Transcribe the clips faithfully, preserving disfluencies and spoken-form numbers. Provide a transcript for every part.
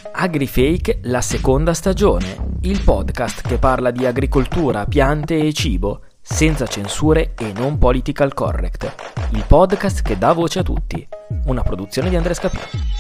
AgriFake, la seconda stagione, il podcast che parla di agricoltura, piante e cibo, senza censure e non political correct. Il podcast che dà voce a tutti. Una produzione di Andrea Scapino.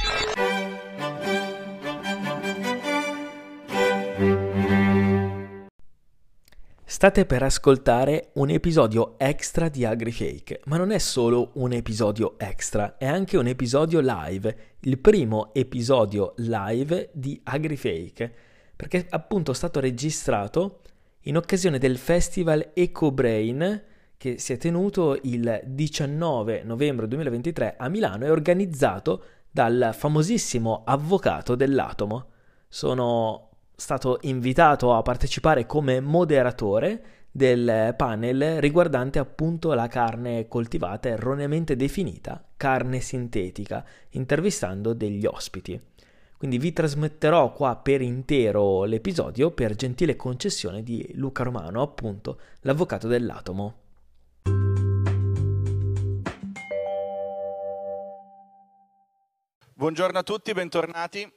State per ascoltare un episodio extra di AgriFake, ma non è solo un episodio extra, è anche un episodio live, il primo episodio live di AgriFake, perché appunto è stato registrato in occasione del festival EcoBrain che si è tenuto il diciannove novembre duemilaventitré a Milano e organizzato dal famosissimo avvocato dell'atomo. Sono stato invitato a partecipare come moderatore del panel riguardante appunto la carne coltivata erroneamente definita carne sintetica, intervistando degli ospiti. Quindi vi trasmetterò qua per intero l'episodio per gentile concessione di Luca Romano, appunto l'avvocato dell'atomo. Buongiorno a tutti, bentornati.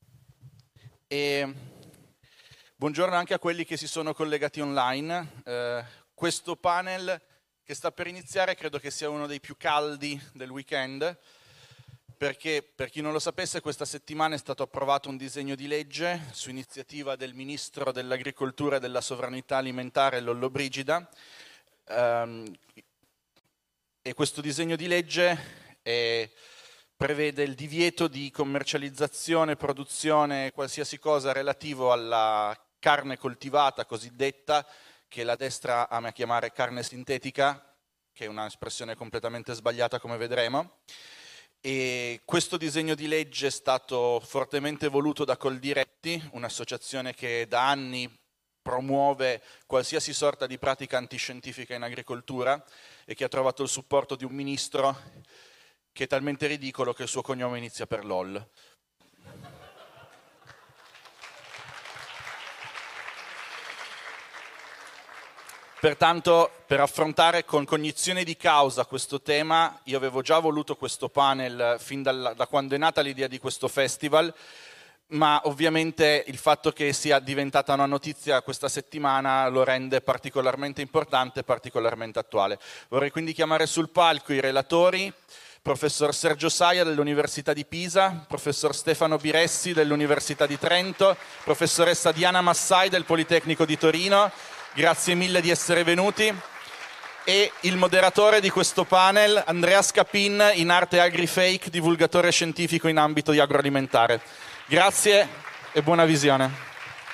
E buongiorno anche a quelli che si sono collegati online. Eh, questo panel che sta per iniziare credo che sia uno dei più caldi del weekend, perché per chi non lo sapesse questa settimana è stato approvato un disegno di legge su iniziativa del Ministro dell'Agricoltura e della Sovranità Alimentare Lollobrigida, ehm, e questo disegno di legge è prevede il divieto di commercializzazione, produzione, qualsiasi cosa relativo alla carne coltivata cosiddetta, che la destra ama chiamare carne sintetica, che è un'espressione completamente sbagliata come vedremo. E questo disegno di legge è stato fortemente voluto da Coldiretti, un'associazione che da anni promuove qualsiasi sorta di pratica antiscientifica in agricoltura e che ha trovato il supporto di un ministro che è talmente ridicolo che il suo cognome inizia per LOL. Pertanto, per affrontare con cognizione di causa questo tema, io avevo già voluto questo panel fin dalla, da quando è nata l'idea di questo festival, ma ovviamente il fatto che sia diventata una notizia questa settimana lo rende particolarmente importante e particolarmente attuale. Vorrei quindi chiamare sul palco i relatori, professor Sergio Saia dell'Università di Pisa, professor Stefano Biressi dell'Università di Trento, professoressa Diana Massai del Politecnico di Torino, grazie mille di essere venuti, e il moderatore di questo panel, Andrea Scapin, in arte AgriFake, divulgatore scientifico in ambito di agroalimentare. Grazie e buona visione.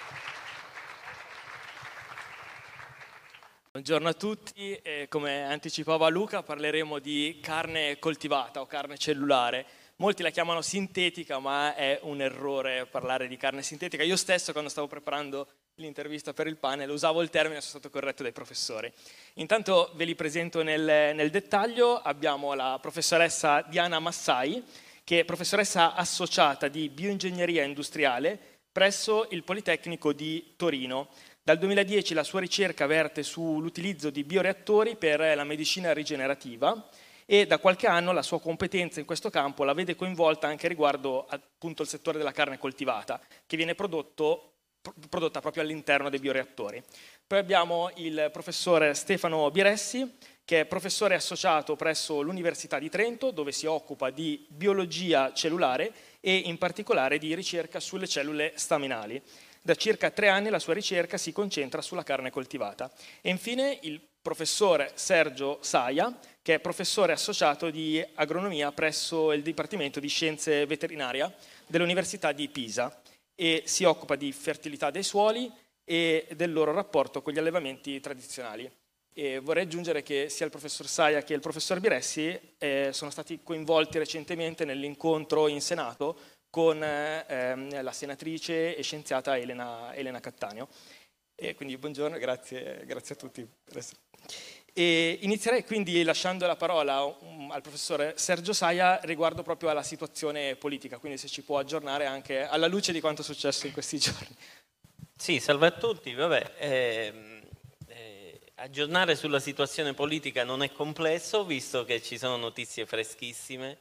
Buongiorno a tutti, e come anticipava Luca parleremo di carne coltivata o carne cellulare. Molti la chiamano sintetica, ma è un errore parlare di carne sintetica. Io stesso quando stavo preparando l'intervista per il panel usavo il termine e sono stato corretto dai professori. Intanto ve li presento nel, nel dettaglio. Abbiamo la professoressa Diana Massai, che è professoressa associata di bioingegneria industriale presso il Politecnico di Torino. Dal duemiladieci la sua ricerca verte sull'utilizzo di bioreattori per la medicina rigenerativa e da qualche anno la sua competenza in questo campo la vede coinvolta anche riguardo appunto il settore della carne coltivata, che viene prodotto, prodotta proprio all'interno dei bioreattori. Poi abbiamo il professore Stefano Biressi, che è professore associato presso l'Università di Trento, dove si occupa di biologia cellulare e in particolare di ricerca sulle cellule staminali. Da circa tre anni la sua ricerca si concentra sulla carne coltivata. E infine il professore Sergio Saia, che è professore associato di agronomia presso il Dipartimento di Scienze Veterinaria dell'Università di Pisa e si occupa di fertilità dei suoli e del loro rapporto con gli allevamenti tradizionali. E vorrei aggiungere che sia il professor Saia che il professor Biressi eh, sono stati coinvolti recentemente nell'incontro in Senato con eh, la senatrice e scienziata Elena, Elena Cattaneo. E quindi buongiorno, grazie, grazie a tutti. E inizierei quindi lasciando la parola um, al professore Sergio Saia riguardo proprio alla situazione politica, quindi se ci può aggiornare anche alla luce di quanto è successo in questi giorni. Sì, salve a tutti. Vabbè, ehm, eh, aggiornare sulla situazione politica non è complesso, visto che ci sono notizie freschissime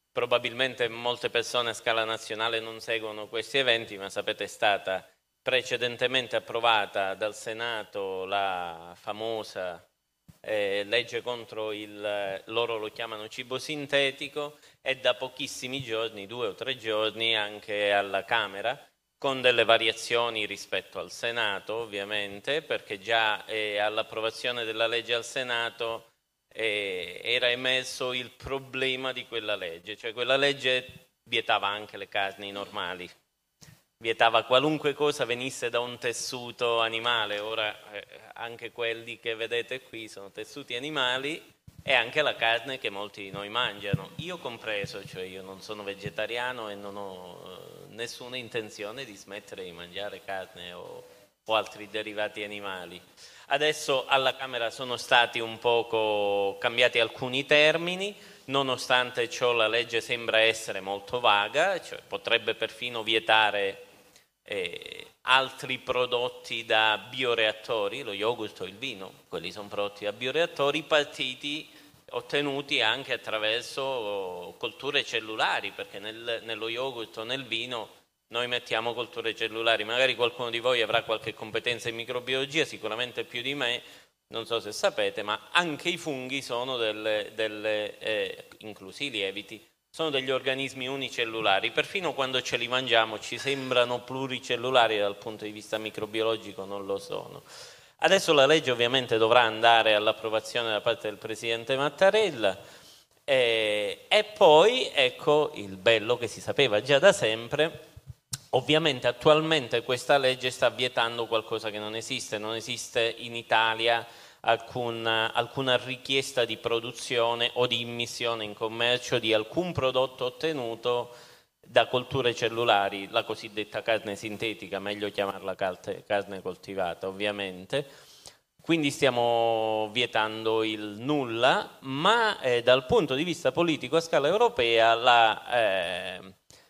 probabilmente molte persone a scala nazionale non seguono questi eventi, ma sapete è stata precedentemente approvata dal Senato la famosa eh, legge contro il, loro lo chiamano cibo sintetico, e da pochissimi giorni, due o tre giorni, anche alla Camera, con delle variazioni rispetto al Senato ovviamente, perché già eh, all'approvazione della legge al Senato eh, era emerso il problema di quella legge, cioè quella legge vietava anche le carni normali, vietava qualunque cosa venisse da un tessuto animale. Ora eh, anche quelli che vedete qui sono tessuti animali, e anche la carne che molti di noi mangiano, io compreso, cioè io non sono vegetariano e non ho eh, nessuna intenzione di smettere di mangiare carne o, o altri derivati animali. Adesso alla Camera sono stati un poco cambiati alcuni termini, nonostante ciò la legge sembra essere molto vaga, cioè potrebbe perfino vietare eh, altri prodotti da bioreattori, lo yogurt o il vino, quelli sono prodotti da bioreattori partiti, ottenuti anche attraverso colture cellulari, perché nel, nello yogurt o nel vino noi mettiamo colture cellulari. Magari qualcuno di voi avrà qualche competenza in microbiologia, sicuramente più di me, non so se sapete, ma anche i funghi sono delle, delle eh, inclusi i lieviti, sono degli organismi unicellulari, perfino quando ce li mangiamo ci sembrano pluricellulari, dal punto di vista microbiologico non lo sono. Adesso la legge ovviamente dovrà andare all'approvazione da parte del Presidente Mattarella eh, e poi, ecco il bello che si sapeva già da sempre, ovviamente attualmente questa legge sta vietando qualcosa che non esiste, non esiste in Italia alcuna, alcuna richiesta di produzione o di immissione in commercio di alcun prodotto ottenuto da colture cellulari, la cosiddetta carne sintetica, meglio chiamarla carne coltivata ovviamente. Quindi stiamo vietando il nulla, ma eh, dal punto di vista politico a scala europea la, eh,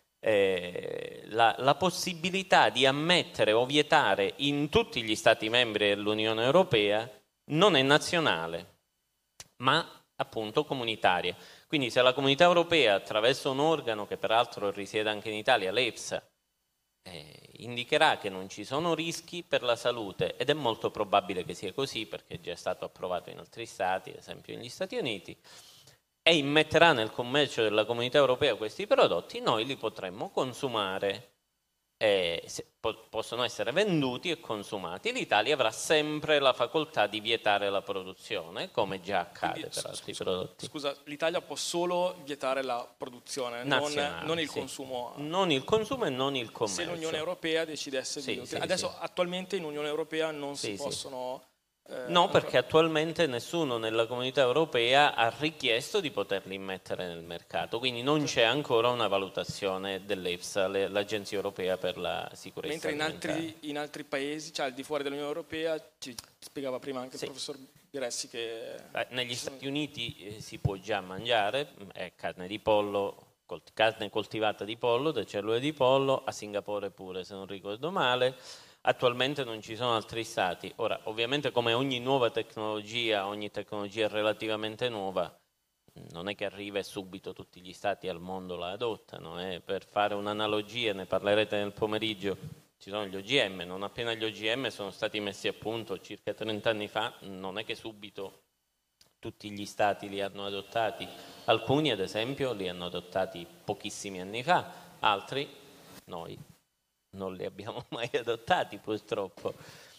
eh, la, la possibilità di ammettere o vietare in tutti gli Stati membri dell'Unione Europea non è nazionale, ma appunto comunitaria. Quindi se la Comunità Europea, attraverso un organo che peraltro risiede anche in Italia, l'EFSA, eh, indicherà che non ci sono rischi per la salute, ed è molto probabile che sia così perché è già stato approvato in altri Stati, ad esempio negli Stati Uniti, e immetterà nel commercio della Comunità Europea questi prodotti, noi li potremmo consumare. Eh, se, po- possono essere venduti e consumati. L'Italia avrà sempre la facoltà di vietare la produzione, come già accade Quindi, per altri scusa, prodotti. Scusa, l'Italia può solo vietare la produzione, non, non il sì. consumo. Non il consumo e non il commercio. Se l'Unione Europea decidesse sì, di... Sì, Adesso sì. attualmente in Unione Europea non sì, si sì. possono... Eh, no, perché attualmente nessuno nella Comunità Europea ha richiesto di poterli immettere nel mercato, quindi non c'è ancora una valutazione dell'EFSA, l'Agenzia Europea per la Sicurezza Mentre in Alimentare. altri, in altri paesi, cioè al di fuori dell'Unione Europea, ci spiegava prima anche sì. il professor Biressi che... Beh, negli Stati Uniti eh, si può già mangiare, è carne di pollo, col- carne coltivata di pollo, da cellule di pollo, a Singapore pure se non ricordo male. Attualmente non ci sono altri stati. Ora, ovviamente come ogni nuova tecnologia, ogni tecnologia relativamente nuova, non è che arriva e subito tutti gli stati al mondo la adottano. Eh. Per fare un'analogia, ne parlerete nel pomeriggio, ci sono gli O G M, non appena gli O G M sono stati messi a punto circa trenta anni fa, non è che subito tutti gli stati li hanno adottati. Alcuni, ad esempio, li hanno adottati pochissimi anni fa, altri, noi, non li abbiamo mai adottati purtroppo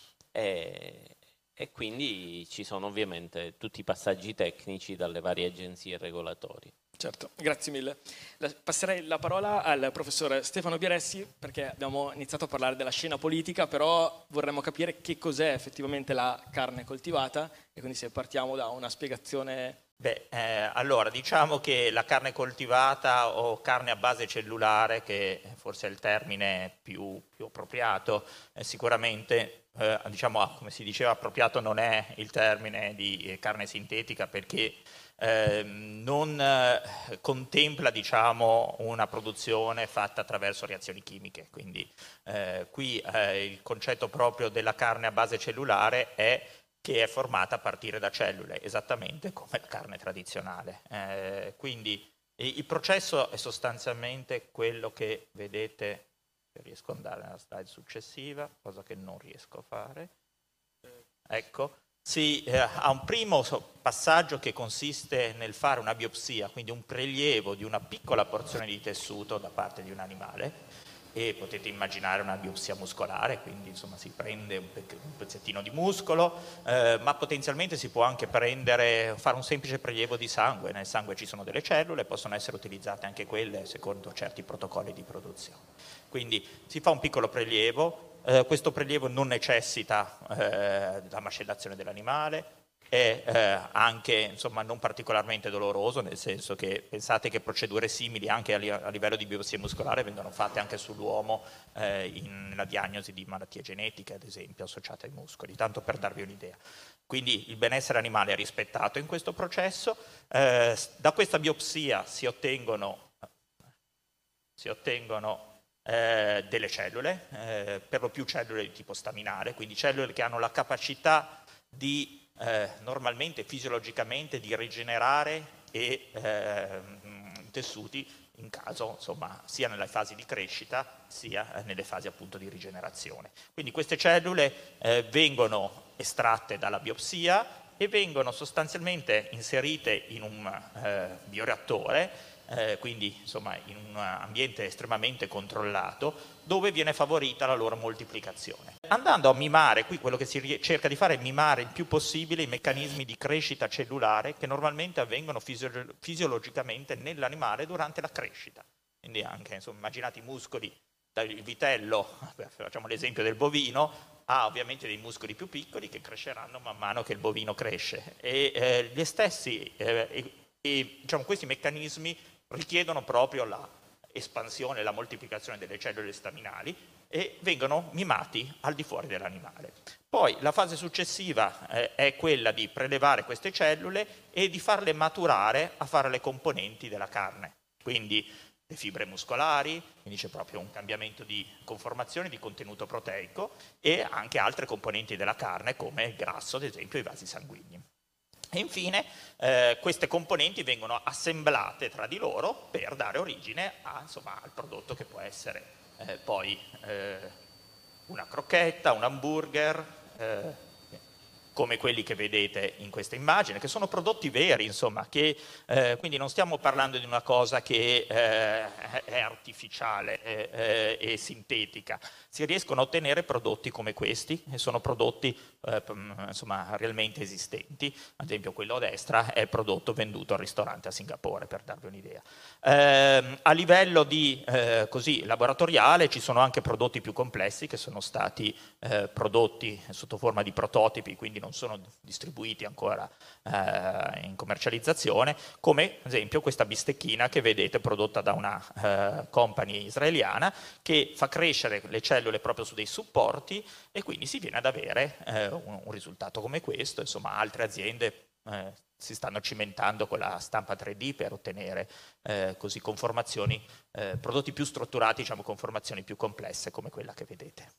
e, e quindi ci sono ovviamente tutti i passaggi tecnici dalle varie agenzie regolatorie. Certo, grazie mille. Passerei la parola al professor Stefano Biressi perché abbiamo iniziato a parlare della scena politica, però vorremmo capire che cos'è effettivamente la carne coltivata e quindi se partiamo da una spiegazione... Beh, eh, allora diciamo che la carne coltivata o carne a base cellulare, che forse è il termine più, più appropriato, eh, sicuramente, eh, diciamo, come si diceva, appropriato non è il termine di eh, carne sintetica perché eh, non eh, contempla, diciamo, una produzione fatta attraverso reazioni chimiche. Quindi eh, qui eh, il concetto proprio della carne a base cellulare è che è formata a partire da cellule, esattamente come la carne tradizionale. Eh, quindi E il processo è sostanzialmente quello che vedete, se riesco ad andare nella slide successiva, cosa che non riesco a fare. Ecco, si eh, ha un primo passaggio che consiste nel fare una biopsia, quindi un prelievo di una piccola porzione di tessuto da parte di un animale, e potete immaginare una biopsia muscolare, quindi insomma si prende un, pe- un pezzettino di muscolo, eh, ma potenzialmente si può anche prendere, fare un semplice prelievo di sangue. Nel sangue ci sono delle cellule, possono essere utilizzate anche quelle secondo certi protocolli di produzione. Quindi si fa un piccolo prelievo, eh, questo prelievo non necessita eh, la macellazione dell'animale, è eh, anche insomma, non particolarmente doloroso, nel senso che pensate che procedure simili anche a, li- a livello di biopsia muscolare vengono fatte anche sull'uomo eh, in, nella diagnosi di malattie genetiche, ad esempio, associate ai muscoli, tanto per darvi un'idea. Quindi il benessere animale è rispettato in questo processo. Eh, da questa biopsia si ottengono, si ottengono eh, delle cellule, eh, per lo più cellule di tipo staminale, quindi cellule che hanno la capacità di Eh, normalmente, fisiologicamente, di rigenerare e eh, tessuti in caso, insomma, sia nelle fasi di crescita sia eh, nelle fasi appunto di rigenerazione. Quindi queste cellule eh, vengono estratte dalla biopsia e vengono sostanzialmente inserite in un eh, bioreattore, eh, quindi insomma in un ambiente estremamente controllato, dove viene favorita la loro moltiplicazione. Andando a mimare, qui quello che si cerca di fare è mimare il più possibile i meccanismi di crescita cellulare che normalmente avvengono fisiolo- fisiologicamente nell'animale durante la crescita. Quindi anche, insomma, immaginate i muscoli, il vitello, facciamo l'esempio del bovino, ha ovviamente dei muscoli più piccoli che cresceranno man mano che il bovino cresce. E eh, gli stessi, eh, e, e, diciamo, questi meccanismi richiedono proprio la espansione e la moltiplicazione delle cellule staminali e vengono mimati al di fuori dell'animale. Poi la fase successiva eh, è quella di prelevare queste cellule e di farle maturare a fare le componenti della carne, quindi le fibre muscolari, quindi c'è proprio un cambiamento di conformazione, di contenuto proteico, e anche altre componenti della carne come il grasso, ad esempio i vasi sanguigni. E infine eh, queste componenti vengono assemblate tra di loro per dare origine a, insomma, al prodotto che può essere eh, poi eh, una crocchetta, un hamburger, eh, come quelli che vedete in questa immagine, che sono prodotti veri, insomma, che eh, quindi non stiamo parlando di una cosa che eh, è artificiale eh, e sintetica. Si riescono a ottenere prodotti come questi, e sono prodotti eh, insomma, realmente esistenti. Ad esempio quello a destra è il prodotto venduto al ristorante a Singapore, per darvi un'idea. Eh, a livello di, eh, così, laboratoriale ci sono anche prodotti più complessi che sono stati eh, prodotti sotto forma di prototipi, quindi non sono distribuiti ancora eh, in commercializzazione, come ad esempio questa bistecchina che vedete prodotta da una eh, company israeliana che fa crescere le cellule proprio su dei supporti e quindi si viene ad avere eh, un, un risultato come questo. Insomma, altre aziende eh, si stanno cimentando con la stampa tre D per ottenere eh, così conformazioni, eh, prodotti più strutturati, diciamo conformazioni più complesse come quella che vedete.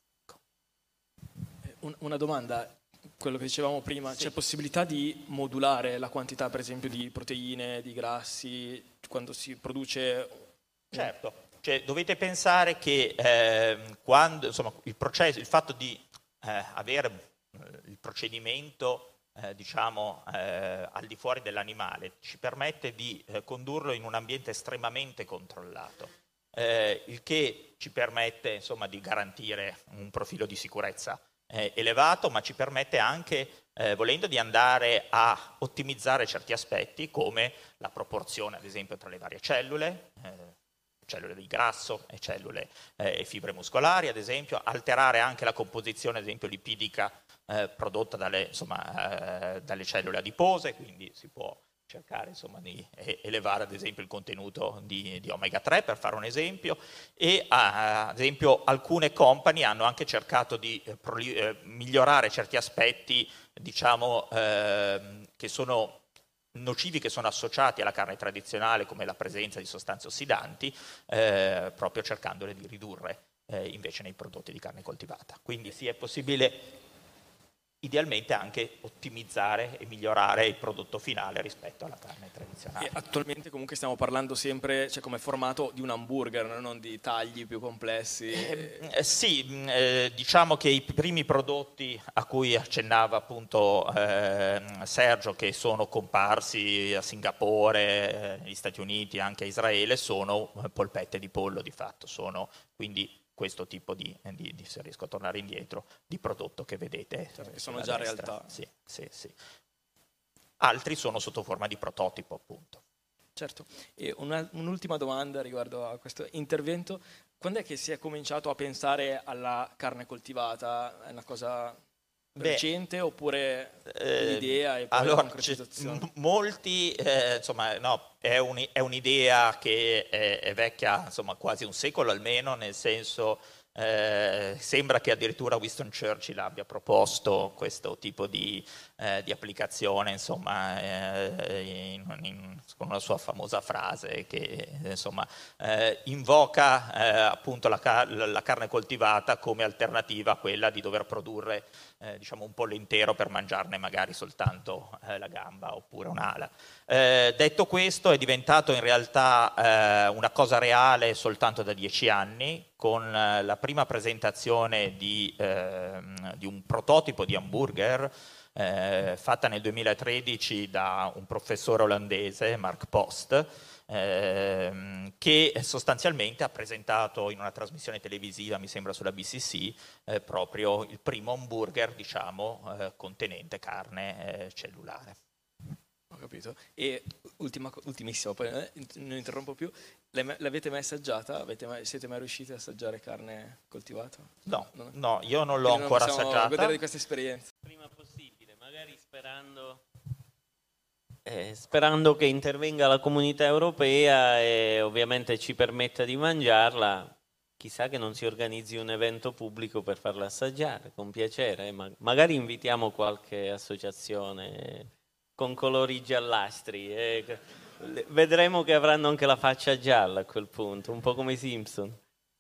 Ecco. Una domanda. Quello che dicevamo prima, sì. C'è possibilità di modulare la quantità, per esempio, di proteine, di grassi, quando si produce? Certo, cioè, dovete pensare che eh, quando, insomma, il processo, il fatto di eh, avere il procedimento eh, diciamo eh, al di fuori dell'animale ci permette di eh, condurlo in un ambiente estremamente controllato, eh, il che ci permette, insomma, di garantire un profilo di sicurezza Eh, elevato, ma ci permette anche, eh, volendo, di andare a ottimizzare certi aspetti come la proporzione, ad esempio, tra le varie cellule, eh, cellule di grasso e cellule eh, e fibre muscolari, ad esempio, alterare anche la composizione, ad esempio, lipidica eh, prodotta dalle, insomma, eh, dalle cellule adipose, quindi si può cercare, insomma, di elevare ad esempio il contenuto di, di omega tre, per fare un esempio, e ad esempio alcune company hanno anche cercato di eh, proli- eh, migliorare certi aspetti, diciamo, eh, che sono nocivi, che sono associati alla carne tradizionale, come la presenza di sostanze ossidanti, eh, proprio cercandole di ridurre eh, invece nei prodotti di carne coltivata. Quindi sì, è possibile. idealmente anche ottimizzare e migliorare il prodotto finale rispetto alla carne tradizionale. E attualmente comunque stiamo parlando sempre, cioè, come formato di un hamburger, non di tagli più complessi. Eh, eh, sì, eh, diciamo che i primi prodotti a cui accennava appunto eh, Sergio, che sono comparsi a Singapore, eh, negli Stati Uniti, anche a Israele, sono polpette di pollo di fatto, sono quindi questo tipo di, di, di, se riesco a tornare indietro, di prodotto che vedete. Cioè, che sono già destra. realtà. Sì, sì, sì. Altri sono sotto forma di prototipo, appunto. Certo. E una, un'ultima domanda riguardo a questo intervento. Quando è che si è cominciato a pensare alla carne coltivata? È una cosa Beh, recente oppure eh, l'idea e poi allora, la concretizzazione? M- molti, eh, insomma, no, è, un, è un'idea che è, è vecchia, insomma, quasi un secolo almeno, nel senso, eh, sembra che addirittura Winston Churchill abbia proposto questo tipo di, eh, di applicazione, insomma, eh, in, in, con una sua famosa frase che, insomma, eh, invoca eh, appunto la, car- la carne coltivata come alternativa a quella di dover produrre Eh, diciamo un pollo intero per mangiarne magari soltanto eh, la gamba oppure un'ala. Eh, detto questo, è diventato in realtà eh, una cosa reale soltanto da dieci anni, con eh, la prima presentazione di, eh, di un prototipo di hamburger eh, fatta nel duemilatredici da un professore olandese, Mark Post, Ehm, che sostanzialmente ha presentato in una trasmissione televisiva, mi sembra sulla B C C, eh, proprio il primo hamburger, diciamo, eh, contenente carne eh, cellulare. Ho capito. E ultima, ultimissimo, poi eh, non interrompo più, l'avete mai assaggiata? Avete mai, siete mai riusciti ad assaggiare carne coltivata? No, no, no, io non l'ho ancora non assaggiata. Godere di questa esperienza. Prima possibile, magari sperando... Eh, sperando che intervenga la comunità europea e ovviamente ci permetta di mangiarla, chissà che non si organizzi un evento pubblico per farla assaggiare, con piacere, eh, ma magari invitiamo qualche associazione con colori giallastri, eh, vedremo che avranno anche la faccia gialla a quel punto, un po' come i Simpson.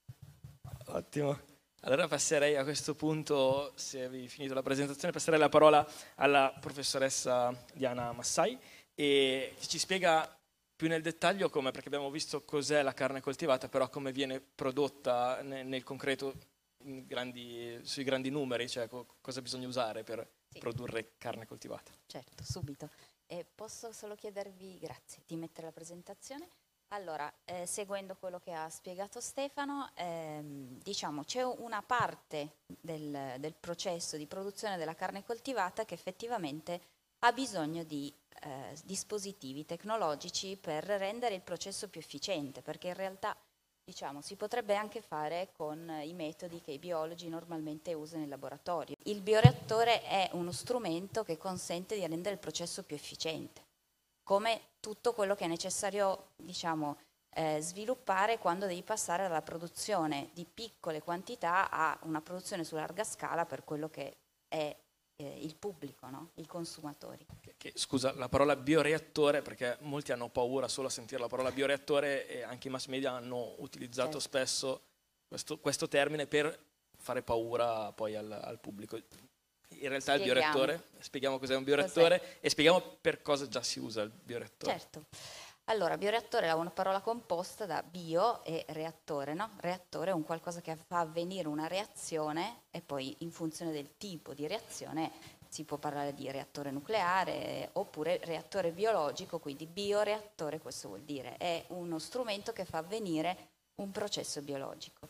Ottimo. Allora passerei a questo punto, se avevi finito la presentazione, passerei la parola alla professoressa Diana Massai e ci spiega più nel dettaglio come, perché abbiamo visto cos'è la carne coltivata, però come viene prodotta nel, nel concreto in grandi, sui grandi numeri, cioè co- cosa bisogna usare per sì. produrre carne coltivata. Certo, subito. E posso solo chiedervi, grazie, di mettere la presentazione? Allora, eh, seguendo quello che ha spiegato Stefano, ehm, diciamo c'è una parte del, del processo di produzione della carne coltivata che effettivamente ha bisogno di eh, dispositivi tecnologici per rendere il processo più efficiente, perché in realtà diciamo, si potrebbe anche fare con i metodi che i biologi normalmente usano in laboratorio. Il bioreattore è uno strumento che consente di rendere il processo più efficiente, come tutto quello che è necessario, diciamo, eh, sviluppare quando devi passare dalla produzione di piccole quantità a una produzione su larga scala per quello che è eh, il pubblico, no? I consumatori. Che, che, scusa, la parola bioreattore, perché molti hanno paura solo a sentire la parola bioreattore e anche i mass media hanno utilizzato certo. spesso questo, questo termine per fare paura poi al, al pubblico. In realtà spieghiamo. Il bioreattore, spieghiamo cos'è un bioreattore cos'è? E spieghiamo per cosa già si usa il bioreattore. Certo. Allora, bioreattore è una parola composta da bio e reattore, no? Reattore è un qualcosa che fa avvenire una reazione e poi in funzione del tipo di reazione si può parlare di reattore nucleare oppure reattore biologico, quindi bioreattore questo vuol dire, è uno strumento che fa avvenire un processo biologico.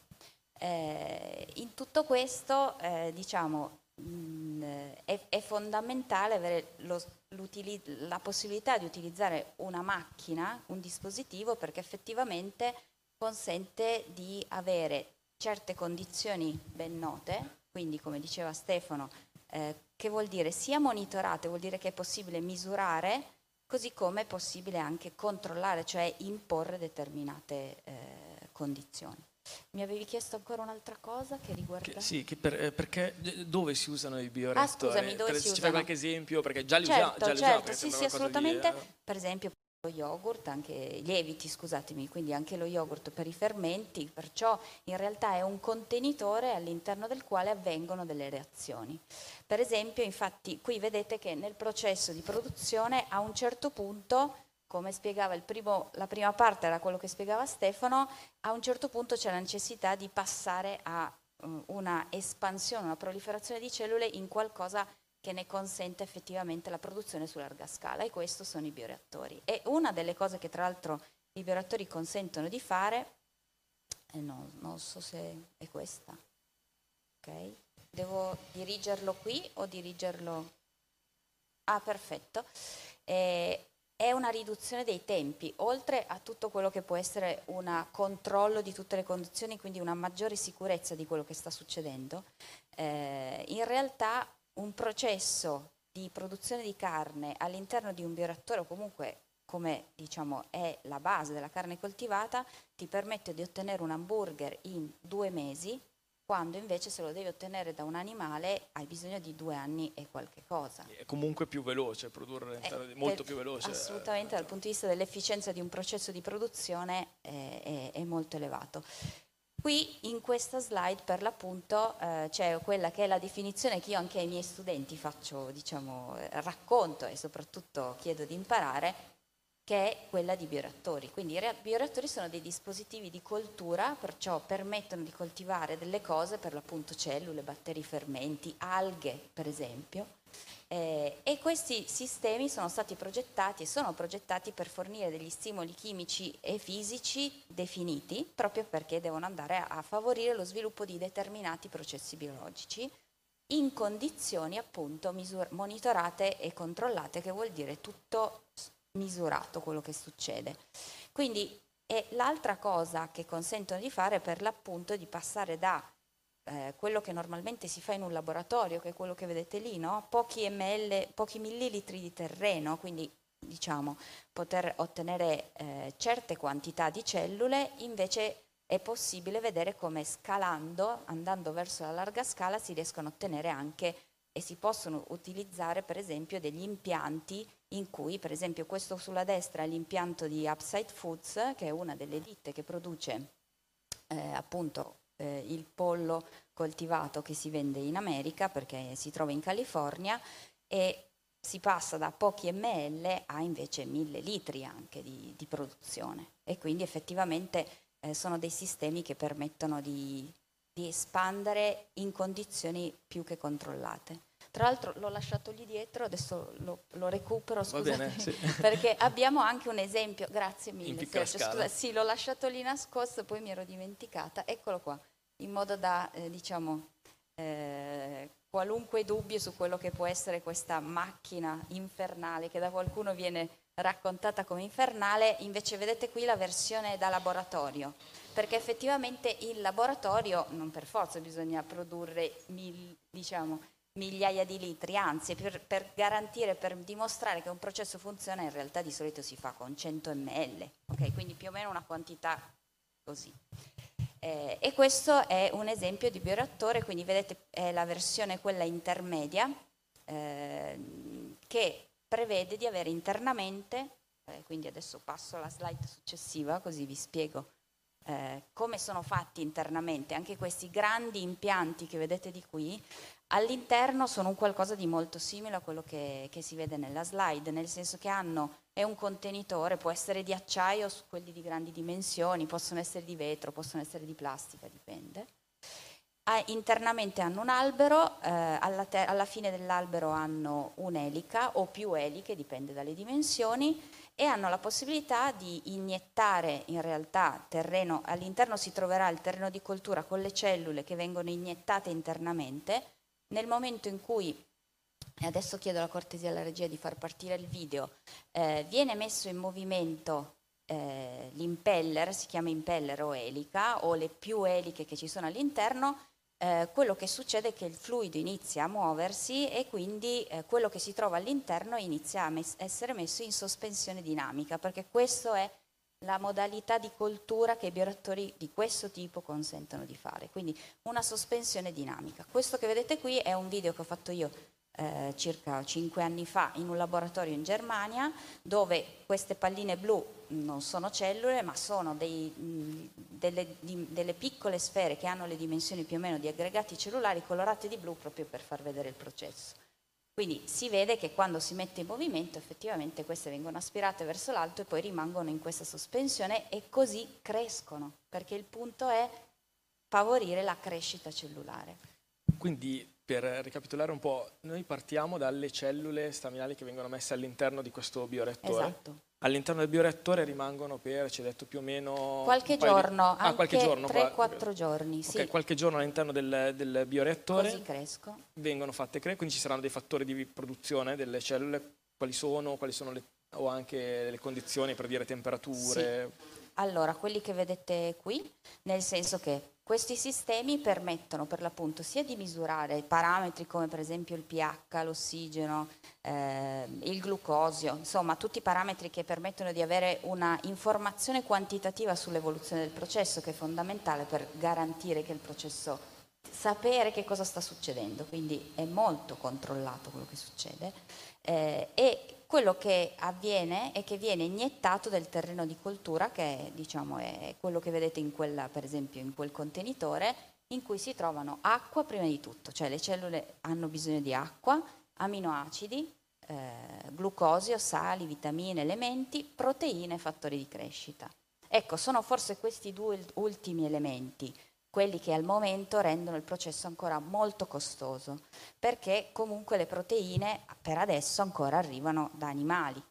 Eh, in tutto questo, eh, diciamo, È, è fondamentale avere lo, la possibilità di utilizzare una macchina, un dispositivo, perché effettivamente consente di avere certe condizioni ben note, quindi come diceva Stefano, eh, che vuol dire sia monitorate, vuol dire che è possibile misurare, così come è possibile anche controllare, cioè imporre determinate eh, condizioni. Mi avevi chiesto ancora un'altra cosa che riguarda... Che, sì, che per, eh, perché dove si usano i bioreattori? Ah, scusami, dove per, si ci usano? fai qualche esempio? Perché già li certo, usiamo, già li certo, usiamo, sì, sì, assolutamente. Di... Per esempio, lo yogurt, anche lieviti, scusatemi, quindi anche lo yogurt per i fermenti, perciò in realtà è un contenitore all'interno del quale avvengono delle reazioni. Per esempio, infatti, qui vedete che nel processo di produzione a un certo punto, come spiegava il primo, la prima parte era quello che spiegava Stefano, a un certo punto c'è la necessità di passare a uh, una espansione, una proliferazione di cellule in qualcosa che ne consente effettivamente la produzione su larga scala, e questo sono i bioreattori. E una delle cose che tra l'altro i bioreattori consentono di fare, eh no, non so se è questa, ok? Devo dirigerlo qui o dirigerlo? Ah, perfetto. Eh, è una riduzione dei tempi, oltre a tutto quello che può essere un controllo di tutte le condizioni, quindi una maggiore sicurezza di quello che sta succedendo. Eh, in realtà un processo di produzione di carne all'interno di un bioreattore, o comunque come diciamo è la base della carne coltivata, ti permette di ottenere un hamburger in due mesi, quando invece se lo devi ottenere da un animale hai bisogno di due anni e qualche cosa. È comunque più veloce, produrre è, molto è, più veloce. Assolutamente, dal punto di vista dell'efficienza di un processo di produzione è, è, è molto elevato. Qui in questa slide per l'appunto eh, c'è quella che è la definizione che io anche ai miei studenti faccio, diciamo, racconto e soprattutto chiedo di imparare, che è quella di bioreattori. Quindi i bioreattori sono dei dispositivi di coltura, perciò permettono di coltivare delle cose, per l'appunto cellule, batteri, fermenti, alghe per esempio. Eh, e questi sistemi sono stati progettati e sono progettati per fornire degli stimoli chimici e fisici definiti, proprio perché devono andare a, a favorire lo sviluppo di determinati processi biologici in condizioni appunto misur- monitorate e controllate, che vuol dire tutto misurato quello che succede. Quindi è l'altra cosa che consentono di fare, per l'appunto, di passare da Eh, quello che normalmente si fa in un laboratorio, che è quello che vedete lì, no? Pochi ml, pochi millilitri di terreno, quindi diciamo poter ottenere eh, certe quantità di cellule, invece è possibile vedere come scalando, andando verso la larga scala, si riescono a ottenere anche e si possono utilizzare per esempio degli impianti in cui, per esempio questo sulla destra è l'impianto di Upside Foods, che è una delle ditte che produce eh, appunto il pollo coltivato che si vende in America, perché si trova in California, e si passa da pochi ml a invece mille litri anche di, di produzione, e quindi effettivamente eh, sono dei sistemi che permettono di, di espandere in condizioni più che controllate. Tra l'altro l'ho lasciato lì dietro, adesso lo, lo recupero, scusate, bene, sì. perché abbiamo anche un esempio, grazie mille, in piccola Sergio, scala. scusa, sì, l'ho lasciato lì nascosto, poi mi ero dimenticata, eccolo qua, in modo da, eh, diciamo, eh, qualunque dubbio su quello che può essere questa macchina infernale, che da qualcuno viene raccontata come infernale, invece vedete qui la versione da laboratorio, perché effettivamente in laboratorio non per forza bisogna produrre mil, diciamo, migliaia di litri, anzi per, per garantire, per dimostrare che un processo funziona, in realtà di solito si fa con cento millilitri, ok? Quindi più o meno una quantità così. Eh, e questo è un esempio di bioreattore, quindi vedete è la versione quella intermedia, eh, che prevede di avere internamente, eh, quindi adesso passo alla slide successiva così vi spiego eh, come sono fatti internamente. Anche questi grandi impianti che vedete di qui all'interno sono un qualcosa di molto simile a quello che, che si vede nella slide, nel senso che hanno, è un contenitore, può essere di acciaio su quelli di grandi dimensioni, possono essere di vetro, possono essere di plastica, dipende. Ah, internamente hanno un albero, eh, alla, te- alla fine dell'albero hanno un'elica o più eliche, dipende dalle dimensioni, e hanno la possibilità di iniettare in realtà terreno, all'interno si troverà il terreno di coltura con le cellule che vengono iniettate internamente. Nel momento in cui, e adesso chiedo la cortesia alla regia di far partire il video, eh, viene messo in movimento eh, l'impeller, si chiama impeller o elica, o le più eliche che ci sono all'interno, eh, quello che succede è che il fluido inizia a muoversi e quindi eh, quello che si trova all'interno inizia a mes- essere messo in sospensione dinamica, perché questa è la modalità di coltura che i bioreattori di questo tipo consentono di fare, quindi una sospensione dinamica. Questo che vedete qui è un video che ho fatto io eh, circa cinque anni fa in un laboratorio in Germania, dove queste palline blu non sono cellule, ma sono dei, mh, delle, di, delle piccole sfere che hanno le dimensioni più o meno di aggregati cellulari colorate di blu proprio per far vedere il processo. Quindi si vede che quando si mette in movimento effettivamente queste vengono aspirate verso l'alto e poi rimangono in questa sospensione e così crescono, perché il punto è favorire la crescita cellulare. Quindi, per ricapitolare un po', noi partiamo dalle cellule staminali che vengono messe all'interno di questo bioreattore. Esatto. All'interno del bioreattore rimangono per, ci hai detto, più o meno... Qualche un paio di- giorno, ah, qualche anche giorno, tre qua- quattro giorni, sì. Ok, qualche giorno all'interno del, del bioreattore. Così cresco. Vengono fatte cre- quindi ci saranno dei fattori di produzione delle cellule, quali sono, quali sono le, o anche le condizioni, per dire temperature. Sì. Allora, quelli che vedete qui, nel senso che questi sistemi permettono per l'appunto sia di misurare parametri come per esempio il pH, l'ossigeno, eh, il glucosio, insomma tutti i parametri che permettono di avere una informazione quantitativa sull'evoluzione del processo, che è fondamentale per garantire che il processo, sapere che cosa sta succedendo, quindi è molto controllato quello che succede, eh, e quello che avviene è che viene iniettato del terreno di coltura, che è, diciamo, è quello che vedete in quella, per esempio in quel contenitore, in cui si trovano acqua prima di tutto, cioè le cellule hanno bisogno di acqua, aminoacidi, eh, glucosio, sali, vitamine, elementi, proteine e fattori di crescita. Ecco, sono forse questi due ultimi elementi quelli che al momento rendono il processo ancora molto costoso, perché comunque le proteine per adesso ancora arrivano da animali.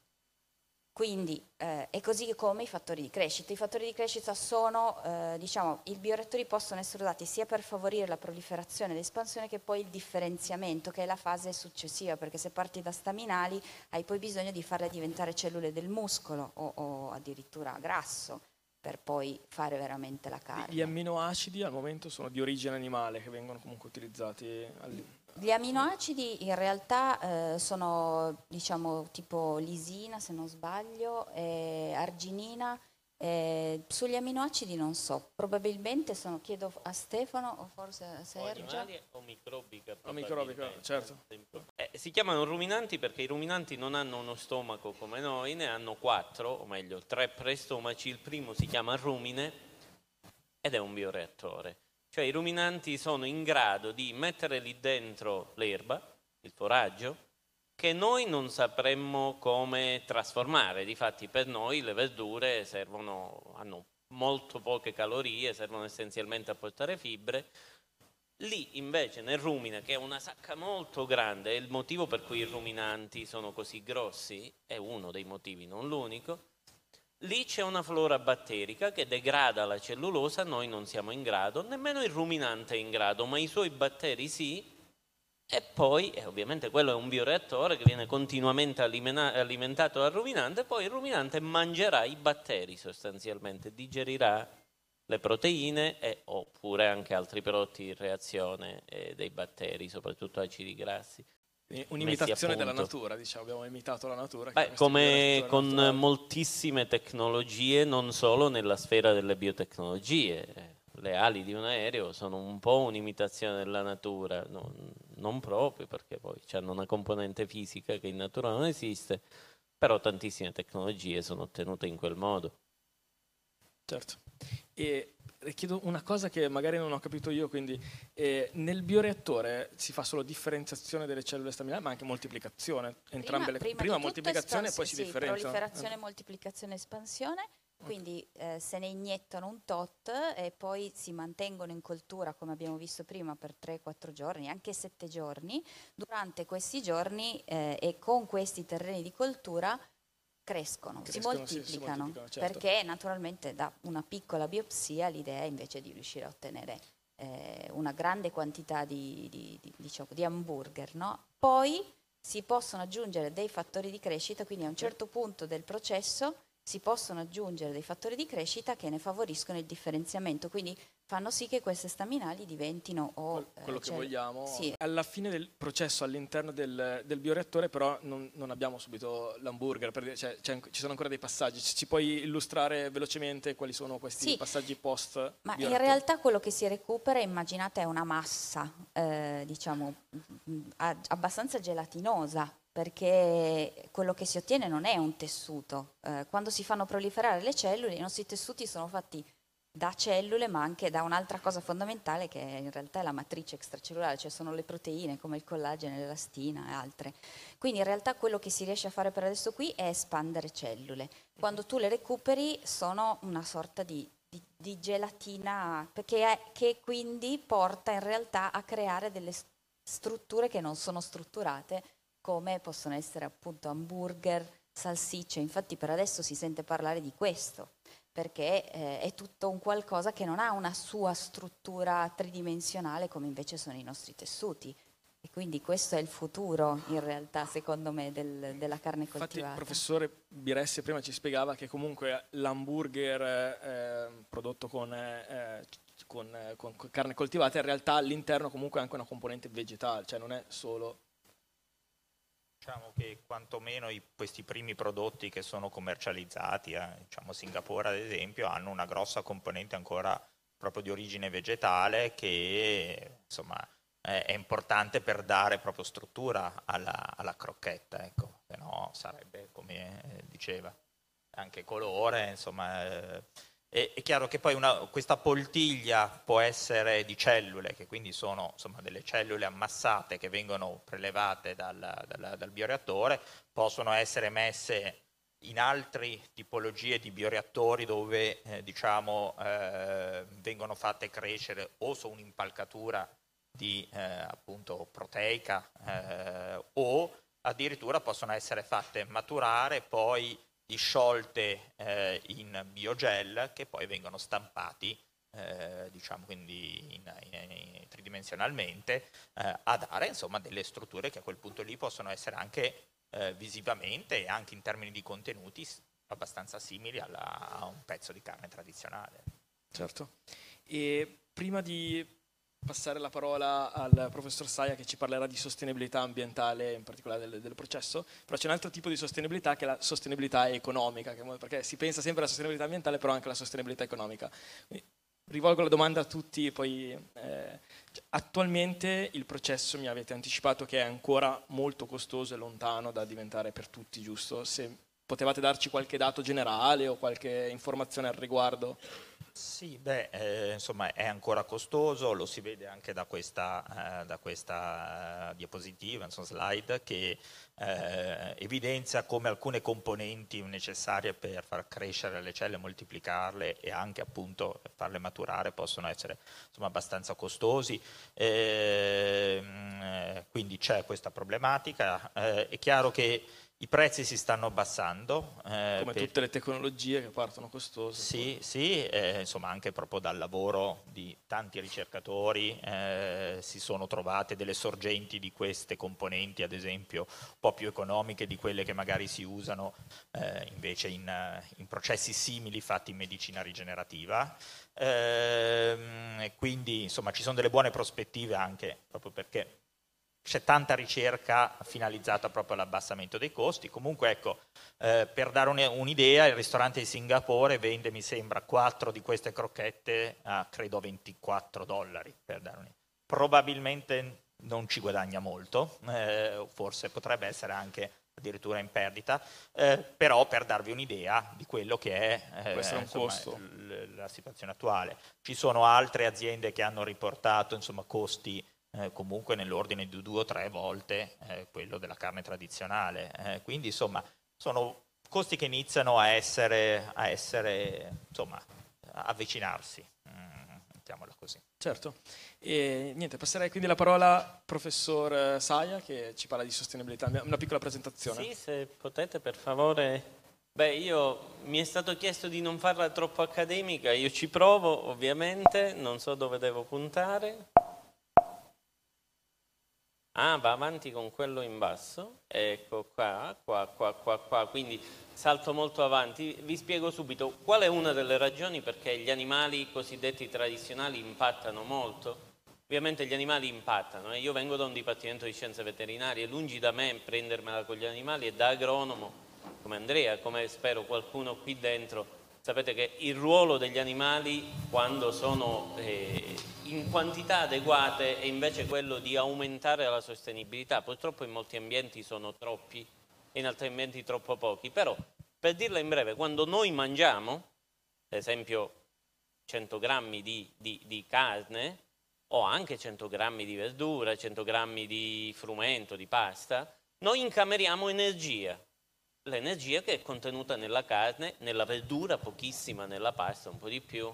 Quindi eh, è così come i fattori di crescita. I fattori di crescita sono, eh, diciamo, i bioreattori possono essere usati sia per favorire la proliferazione e l'espansione che poi il differenziamento, che è la fase successiva, perché se parti da staminali hai poi bisogno di farle diventare cellule del muscolo o, o addirittura grasso, per poi fare veramente la carne. Gli amminoacidi al momento sono di origine animale, che vengono comunque utilizzati. All... Gli amminoacidi in realtà eh, sono, diciamo, tipo lisina, se non sbaglio, e arginina. Eh, sugli amminoacidi non so, probabilmente sono, chiedo a Stefano o forse a Sergio. O animali o microbica. O microbica, certo. Eh, si chiamano ruminanti perché i ruminanti non hanno uno stomaco come noi, ne hanno quattro, o meglio tre prestomaci. Il primo si chiama rumine ed è un bioreattore. Cioè i ruminanti sono in grado di mettere lì dentro l'erba, il foraggio, che noi non sapremmo come trasformare. Difatti per noi le verdure servono, hanno molto poche calorie, servono essenzialmente a portare fibre. Lì invece nel rumine, che è una sacca molto grande, è il motivo per cui i ruminanti sono così grossi, è uno dei motivi, non l'unico, lì c'è una flora batterica che degrada la cellulosa, noi non siamo in grado, nemmeno il ruminante è in grado, ma i suoi batteri sì. E poi, eh, ovviamente quello è un bioreattore che viene continuamente alimentato dal ruminante, poi il ruminante mangerà i batteri sostanzialmente, digerirà le proteine e, oppure anche altri prodotti di reazione eh, dei batteri, soprattutto acidi grassi. Un'imitazione della natura, diciamo, abbiamo imitato la natura. Beh, come con naturale. Moltissime tecnologie, non solo nella sfera delle biotecnologie. Le ali di un aereo sono un po' un'imitazione della natura, non, non proprio perché poi hanno una componente fisica che in natura non esiste, però tantissime tecnologie sono ottenute in quel modo. Certo. E chiedo una cosa che magari non ho capito io, quindi eh, nel bioreattore si fa solo differenziazione delle cellule staminali, ma anche moltiplicazione, entrambe prima, le prima, prima di moltiplicazione e poi sì, si differenziano. Proliferazione, moltiplicazione, espansione. Quindi eh, se ne iniettano un tot e poi si mantengono in coltura, come abbiamo visto prima, per tre quattro giorni, anche sette giorni. Durante questi giorni eh, e con questi terreni di coltura crescono, crescono si moltiplicano, sì, si moltiplicano certo. Perché naturalmente da una piccola biopsia l'idea è invece di riuscire a ottenere eh, una grande quantità di, di, di, diciamo, di hamburger, no? Poi si possono aggiungere dei fattori di crescita, quindi a un certo punto del processo si possono aggiungere dei fattori di crescita che ne favoriscono il differenziamento, quindi fanno sì che queste staminali diventino o quello eh, che cioè, vogliamo. sì. Alla fine del processo all'interno del, del bioreattore però non, non abbiamo subito l'hamburger, per dire, cioè, c'è, ci sono ancora dei passaggi. Ci puoi illustrare velocemente quali sono questi Sì, passaggi post ma in bioreattore? realtà quello che si recupera, immaginate, è una massa, eh, diciamo, mh, abbastanza gelatinosa, perché quello che si ottiene non è un tessuto. Eh, quando si fanno proliferare le cellule, i nostri tessuti sono fatti da cellule, ma anche da un'altra cosa fondamentale che in realtà è la matrice extracellulare, cioè sono le proteine come il collagene, l'elastina e altre. Quindi in realtà quello che si riesce a fare per adesso qui è espandere cellule. Quando tu le recuperi sono una sorta di, di, di gelatina, perché è, che quindi porta in realtà a creare delle strutture che non sono strutturate, come possono essere appunto hamburger, salsicce. Infatti per adesso si sente parlare di questo, perché eh, è tutto un qualcosa che non ha una sua struttura tridimensionale come invece sono i nostri tessuti. E quindi questo è il futuro, in realtà, secondo me, del, della carne coltivata. Infatti il professore Biresse prima ci spiegava che comunque l'hamburger eh, prodotto con, eh, con, eh, con carne coltivata in realtà all'interno comunque ha anche una componente vegetale, cioè non è solo... Diciamo che quantomeno i, questi primi prodotti che sono commercializzati, eh, diciamo Singapore ad esempio, hanno una grossa componente ancora proprio di origine vegetale che insomma è, è importante per dare proprio struttura alla, alla crocchetta, ecco, se no sarebbe come eh, diceva, anche colore, insomma... Eh, È, è chiaro che poi una, questa poltiglia può essere di cellule, che quindi sono insomma, delle cellule ammassate che vengono prelevate dal, dal, dal bioreattore, possono essere messe in altre tipologie di bioreattori dove eh, diciamo, eh, vengono fatte crescere o su un'impalcatura di eh, appunto proteica eh, o addirittura possono essere fatte maturare, poi disciolte eh, in biogel che poi vengono stampati eh, diciamo quindi in, in, in, tridimensionalmente eh, a dare insomma delle strutture che a quel punto lì possono essere anche eh, visivamente e anche in termini di contenuti abbastanza simili alla, a un pezzo di carne tradizionale. Certo. E prima di passare la parola al professor Saia che ci parlerà di sostenibilità ambientale, in particolare del, del processo, però c'è un altro tipo di sostenibilità che è la sostenibilità economica, che, perché si pensa sempre alla sostenibilità ambientale però anche alla sostenibilità economica. Quindi, rivolgo la domanda a tutti, poi eh, attualmente il processo mi avete anticipato che è ancora molto costoso e lontano da diventare per tutti, giusto? Se potevate darci qualche dato generale o qualche informazione al riguardo? Sì, beh, eh, insomma è ancora costoso, lo si vede anche da questa, eh, da questa uh, diapositiva, insomma, slide, che eh, evidenzia come alcune componenti necessarie per far crescere le celle, moltiplicarle e anche appunto farle maturare possono essere insomma, abbastanza costosi, eh, quindi c'è questa problematica. Eh, è chiaro che i prezzi si stanno abbassando. Eh, Come per... tutte le tecnologie che partono costose. Sì, sì eh, insomma anche proprio dal lavoro di tanti ricercatori eh, si sono trovate delle sorgenti di queste componenti, ad esempio un po' più economiche di quelle che magari si usano eh, invece in, in processi simili fatti in medicina rigenerativa. Eh, quindi insomma ci sono delle buone prospettive anche proprio perché c'è tanta ricerca finalizzata proprio all'abbassamento dei costi. Comunque ecco, eh, per dare un'idea, il ristorante di Singapore vende, mi sembra, quattro di queste crocchette a credo ventiquattro dollari, per dare un'idea. Probabilmente non ci guadagna molto, eh, forse potrebbe essere anche addirittura in perdita, eh, però per darvi un'idea di quello che è eh, un insomma, costo. l- la situazione attuale. Ci sono altre aziende che hanno riportato insomma, costi Eh, comunque nell'ordine di due o tre volte eh, quello della carne tradizionale. Eh, quindi insomma sono costi che iniziano a essere, a essere insomma, a avvicinarsi, mm, mettiamola così. Certo. E niente, passerei quindi la parola al professor Saia che ci parla di sostenibilità. Una piccola presentazione. Sì, se potete per favore. Beh, io mi è stato chiesto di non farla troppo accademica, io ci provo ovviamente, non so dove devo puntare. Ah, va avanti con quello in basso, ecco qua, qua, qua, qua, qua, quindi salto molto avanti. Vi spiego subito qual è una delle ragioni perché gli animali cosiddetti tradizionali impattano molto. Ovviamente gli animali impattano, eh. Io vengo da un dipartimento di scienze veterinarie, lungi da me prendermela con gli animali e da agronomo, come Andrea, come spero qualcuno qui dentro, sapete che il ruolo degli animali quando sono eh, in quantità adeguate è invece quello di aumentare la sostenibilità. Purtroppo in molti ambienti sono troppi e in altri ambienti troppo pochi, però per dirla in breve, quando noi mangiamo, ad esempio cento grammi di, di, di carne, o anche cento grammi di verdura, cento grammi di frumento, di pasta, noi incameriamo energia. L'energia che è contenuta nella carne, nella verdura, pochissima, nella pasta, un po' di più.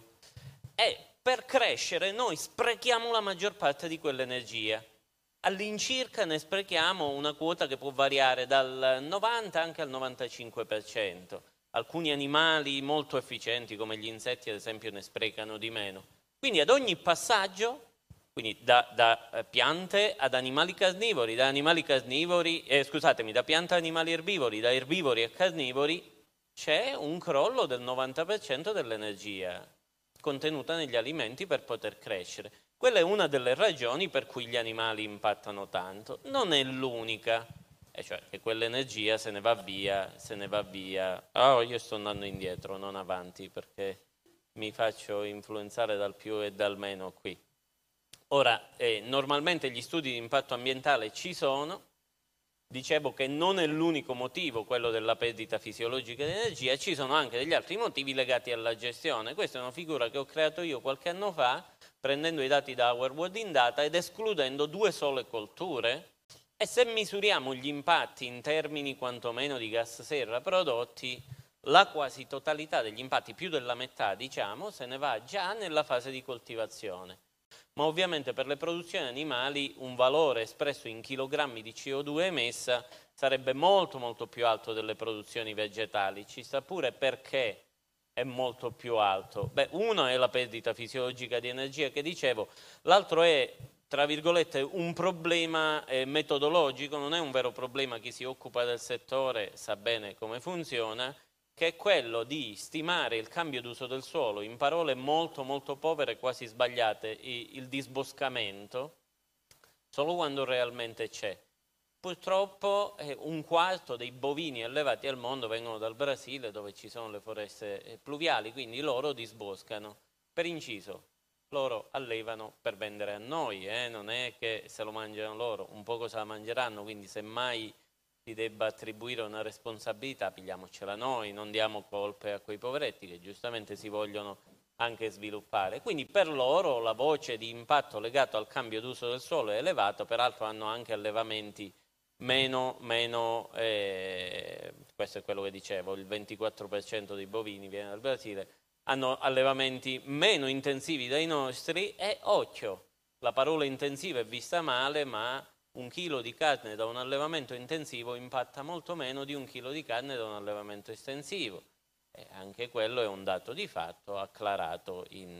E per crescere noi sprechiamo la maggior parte di quell'energia. All'incirca ne sprechiamo una quota che può variare dal novanta anche al novantacinque per cento. Alcuni animali molto efficienti, come gli insetti, ad esempio, ne sprecano di meno. Quindi ad ogni passaggio, quindi da, da piante ad animali carnivori, da animali carnivori, eh, scusatemi, da piante ad animali erbivori, da erbivori a carnivori, c'è un crollo del novanta per cento dell'energia contenuta negli alimenti per poter crescere. Quella è una delle ragioni per cui gli animali impattano tanto. Non è l'unica, e cioè che quell'energia se ne va via, se ne va via. Oh, io sto andando indietro, non avanti, perché mi faccio influenzare dal più e dal meno qui. Ora, eh, normalmente gli studi di impatto ambientale ci sono, dicevo che non è l'unico motivo quello della perdita fisiologica di energia, ci sono anche degli altri motivi legati alla gestione. Questa è una figura che ho creato io qualche anno fa, prendendo i dati da Our World in Data ed escludendo due sole colture, e se misuriamo gli impatti in termini quantomeno di gas serra prodotti, la quasi totalità degli impatti, più della metà diciamo, se ne va già nella fase di coltivazione. Ma ovviamente per le produzioni animali un valore espresso in chilogrammi di C O due emessa sarebbe molto molto più alto delle produzioni vegetali. Ci sta pure perché è molto più alto. Beh, uno è la perdita fisiologica di energia che dicevo, l'altro è, tra virgolette, un problema eh, metodologico, non è un vero problema, chi si occupa del settore sa bene come funziona, che è quello di stimare il cambio d'uso del suolo, in parole molto molto povere, quasi sbagliate, il disboscamento, solo quando realmente c'è. Purtroppo eh, un quarto dei bovini allevati al mondo vengono dal Brasile, dove ci sono le foreste eh, pluviali, quindi loro disboscano. Per inciso, loro allevano per vendere a noi, eh? Non è che se lo mangiano loro, un po' cosa mangeranno, quindi semmai si debba attribuire una responsabilità, pigliamocela noi, non diamo colpe a quei poveretti che giustamente si vogliono anche sviluppare. Quindi per loro la voce di impatto legato al cambio d'uso del suolo è elevato, peraltro hanno anche allevamenti meno, meno eh, questo è quello che dicevo, il ventiquattro per cento dei bovini viene dal Brasile, hanno allevamenti meno intensivi dai nostri e occhio, la parola intensiva è vista male, ma un chilo di carne da un allevamento intensivo impatta molto meno di un chilo di carne da un allevamento estensivo. E anche quello è un dato di fatto acclarato in,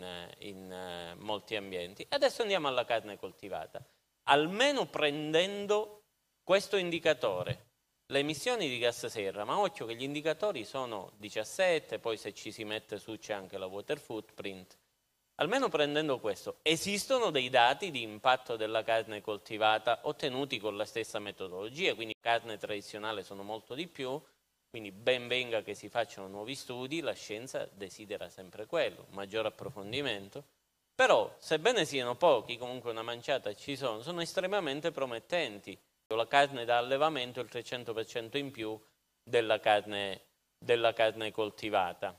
in uh, molti ambienti. Adesso andiamo alla carne coltivata. Almeno prendendo questo indicatore, le emissioni di gas serra, ma occhio che gli indicatori sono diciassette, poi se ci si mette su c'è anche la water footprint. Almeno prendendo questo, esistono dei dati di impatto della carne coltivata ottenuti con la stessa metodologia, quindi carne tradizionale sono molto di più, quindi ben venga che si facciano nuovi studi, la scienza desidera sempre quello, maggior approfondimento, però sebbene siano pochi, comunque una manciata ci sono, sono estremamente promettenti. La carne da allevamento è il trecento per cento in più della carne, della carne coltivata.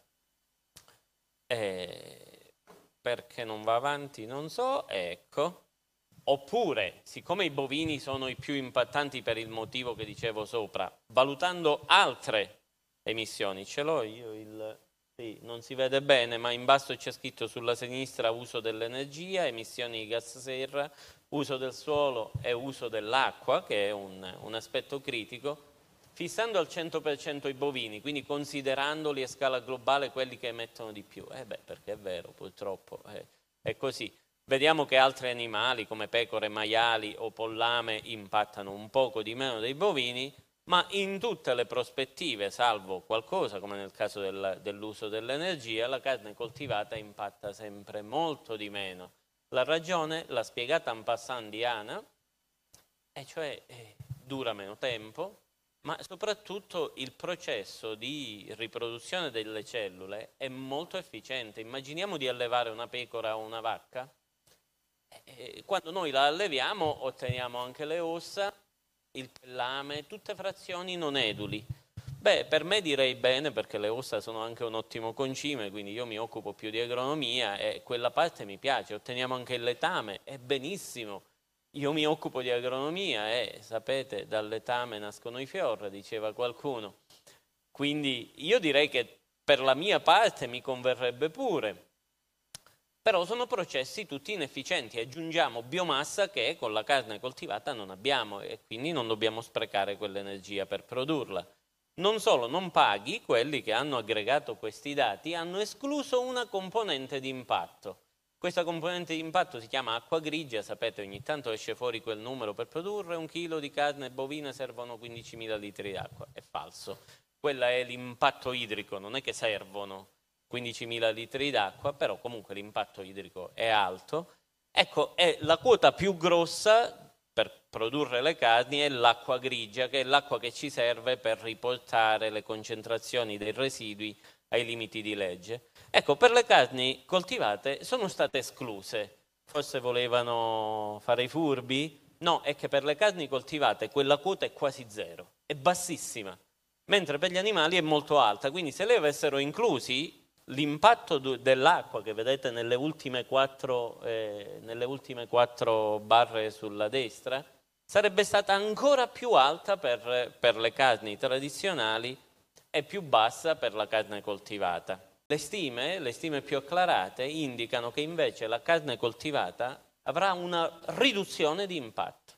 E perché non va avanti non so, ecco. Oppure, siccome i bovini sono i più impattanti per il motivo che dicevo sopra, valutando altre emissioni, ce l'ho io, il, sì, non si vede bene, ma in basso c'è scritto sulla sinistra uso dell'energia, emissioni di gas serra, uso del suolo e uso dell'acqua, che è un, un aspetto critico, fissando al cento per cento i bovini, quindi considerandoli a scala globale quelli che emettono di più. Eh beh, perché è vero, purtroppo è, è così. Vediamo che altri animali come pecore, maiali o pollame impattano un poco di meno dei bovini, ma in tutte le prospettive, salvo qualcosa come nel caso del, dell'uso dell'energia, la carne coltivata impatta sempre molto di meno. La ragione l'ha spiegata en passant Diana, e cioè eh, dura meno tempo, ma soprattutto il processo di riproduzione delle cellule è molto efficiente. Immaginiamo di allevare una pecora o una vacca, e quando noi la alleviamo otteniamo anche le ossa, il pellame, tutte frazioni non eduli. Beh, per me direi bene, perché le ossa sono anche un ottimo concime, quindi io mi occupo più di agronomia e quella parte mi piace. Otteniamo anche il letame, è benissimo. Io mi occupo di agronomia e sapete, dal letame nascono i fior, diceva qualcuno. Quindi io direi che per la mia parte mi converrebbe pure. Però sono processi tutti inefficienti, aggiungiamo biomassa che con la carne coltivata non abbiamo e quindi non dobbiamo sprecare quell'energia per produrla. Non solo, non paghi, quelli che hanno aggregato questi dati hanno escluso una componente di impatto. Questa componente di impatto si chiama acqua grigia, sapete, ogni tanto esce fuori quel numero: per produrre un chilo di carne bovina servono quindicimila litri d'acqua. È falso, quella è l'impatto idrico, non è che servono quindicimila litri d'acqua, però comunque l'impatto idrico è alto. Ecco, è la quota più grossa per produrre le carni è l'acqua grigia, che è l'acqua che ci serve per riportare le concentrazioni dei residui ai limiti di legge. Ecco, per le carni coltivate sono state escluse. Forse volevano fare i furbi? No, è che per le carni coltivate quella quota è quasi zero, è bassissima, mentre per gli animali è molto alta. Quindi se le avessero inclusi, l'impatto dell'acqua che vedete nelle ultime quattro, eh, nelle ultime quattro barre sulla destra sarebbe stata ancora più alta per, per le carni tradizionali e più bassa per la carne coltivata. Le stime, le stime più acclarate indicano che invece la carne coltivata avrà una riduzione di impatto,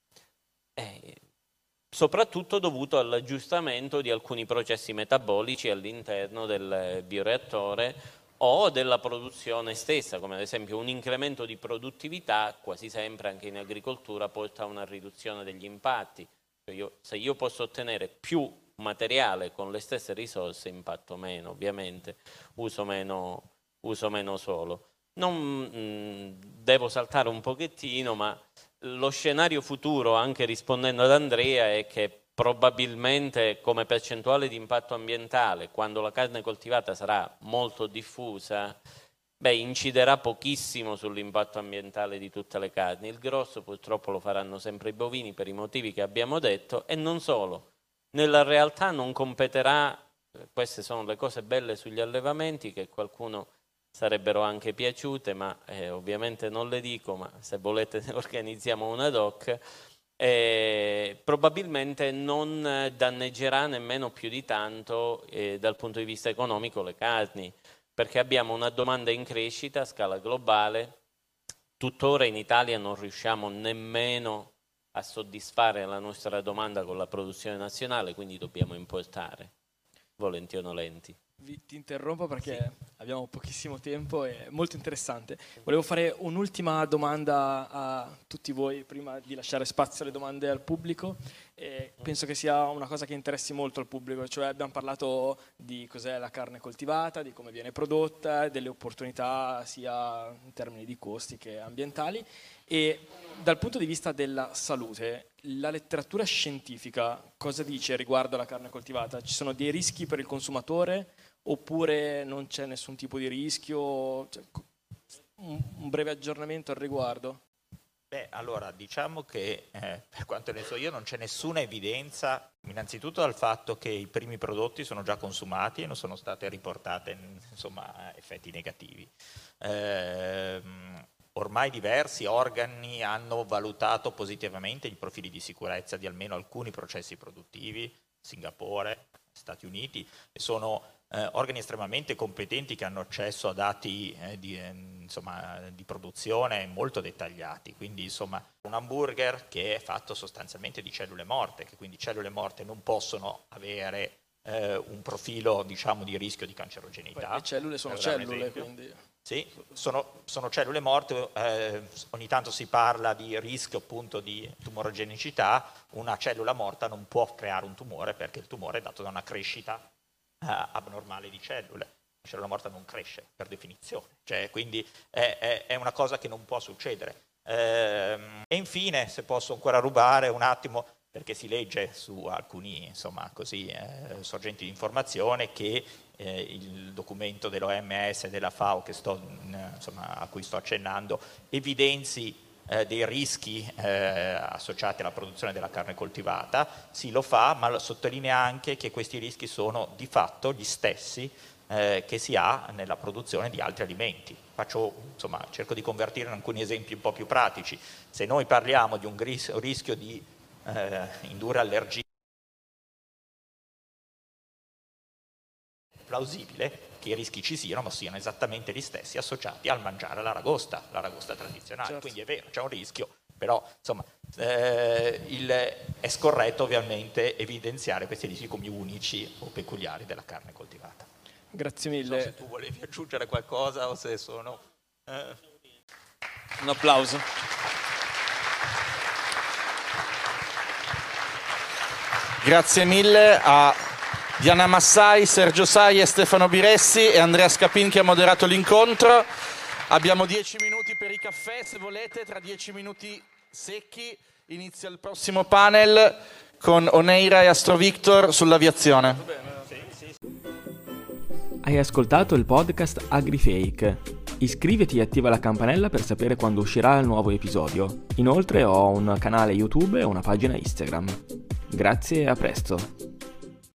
eh, soprattutto dovuto all'aggiustamento di alcuni processi metabolici all'interno del bioreattore o della produzione stessa, come ad esempio un incremento di produttività quasi sempre anche in agricoltura porta a una riduzione degli impatti. Cioè io, se io posso ottenere più materiale con le stesse risorse, impatto meno, ovviamente, uso meno, uso meno solo. Non mh, devo saltare un pochettino, ma lo scenario futuro, anche rispondendo ad Andrea, è che probabilmente come percentuale di impatto ambientale, quando la carne coltivata sarà molto diffusa, beh, inciderà pochissimo sull'impatto ambientale di tutte le carni. Il grosso purtroppo lo faranno sempre i bovini per i motivi che abbiamo detto, e non solo. Nella realtà non competerà, queste sono le cose belle sugli allevamenti che qualcuno sarebbero anche piaciute, ma eh, ovviamente non le dico, ma se volete organizziamo una doc, eh, probabilmente non danneggerà nemmeno più di tanto eh, dal punto di vista economico le carni, perché abbiamo una domanda in crescita a scala globale. Tuttora in Italia non riusciamo nemmeno a soddisfare la nostra domanda con la produzione nazionale, quindi dobbiamo importare, volenti o nolenti. Vi, ti interrompo perché sì, abbiamo pochissimo tempo, è molto interessante. Volevo fare un'ultima domanda a tutti voi prima di lasciare spazio alle domande al pubblico. E penso che sia una cosa che interessi molto al pubblico, cioè abbiamo parlato di cos'è la carne coltivata, di come viene prodotta, delle opportunità sia in termini di costi che ambientali, e dal punto di vista della salute, la letteratura scientifica cosa dice riguardo alla carne coltivata? Ci sono dei rischi per il consumatore oppure non c'è nessun tipo di rischio? Cioè, un breve aggiornamento al riguardo. Beh, allora, diciamo che eh, per quanto ne so io non c'è nessuna evidenza, innanzitutto dal fatto che i primi prodotti sono già consumati e non sono state riportate, insomma, effetti negativi. Eh, ormai diversi organi hanno valutato positivamente i profili di sicurezza di almeno alcuni processi produttivi, Singapore, Stati Uniti, e sono eh, organi estremamente competenti che hanno accesso a dati eh, di, eh, insomma, di produzione molto dettagliati. Quindi insomma un hamburger che è fatto sostanzialmente di cellule morte, che quindi cellule morte non possono avere eh, un profilo, diciamo, di rischio di cancerogenità. Poi le cellule sono cellule, quindi... Sì, sono, sono cellule morte, eh, ogni tanto si parla di rischio appunto di tumorogenicità. Una cellula morta non può creare un tumore perché il tumore è dato da una crescita eh, abnormale di cellule. La cellula morta non cresce per definizione, cioè, quindi è, è, è una cosa che non può succedere. Eh, e infine, se posso ancora rubare un attimo, perché si legge su alcuni insomma, così, eh, sorgenti di informazione che eh, il documento dell'O M S e della FAO che sto, insomma, a cui sto accennando evidenzi eh, dei rischi eh, associati alla produzione della carne coltivata. Sì, lo fa, ma sottolinea anche che questi rischi sono di fatto gli stessi eh, che si ha nella produzione di altri alimenti. Faccio, insomma, cerco di convertire in alcuni esempi un po' più pratici. Se noi parliamo di un rischio di Eh, indurre allergie, plausibile che i rischi ci siano, ma siano esattamente gli stessi associati al mangiare l'aragosta, l'aragosta tradizionale. Certo. Quindi è vero, c'è un rischio, però insomma eh, il, è scorretto ovviamente evidenziare questi rischi come unici o peculiari della carne coltivata. Grazie mille. Non so se tu volevi aggiungere qualcosa o se sono... Eh. Un applauso. Grazie mille a Diana Massai, Sergio Sai e Stefano Biressi e Andrea Scapin che ha moderato l'incontro. Abbiamo dieci minuti per i caffè, se volete, tra dieci minuti secchi inizia il prossimo panel con Oneira e Astrovictor sull'aviazione. Hai ascoltato il podcast AgriFake. Iscriviti e attiva la campanella per sapere quando uscirà il nuovo episodio. Inoltre ho un canale YouTube e una pagina Instagram. Grazie e a presto.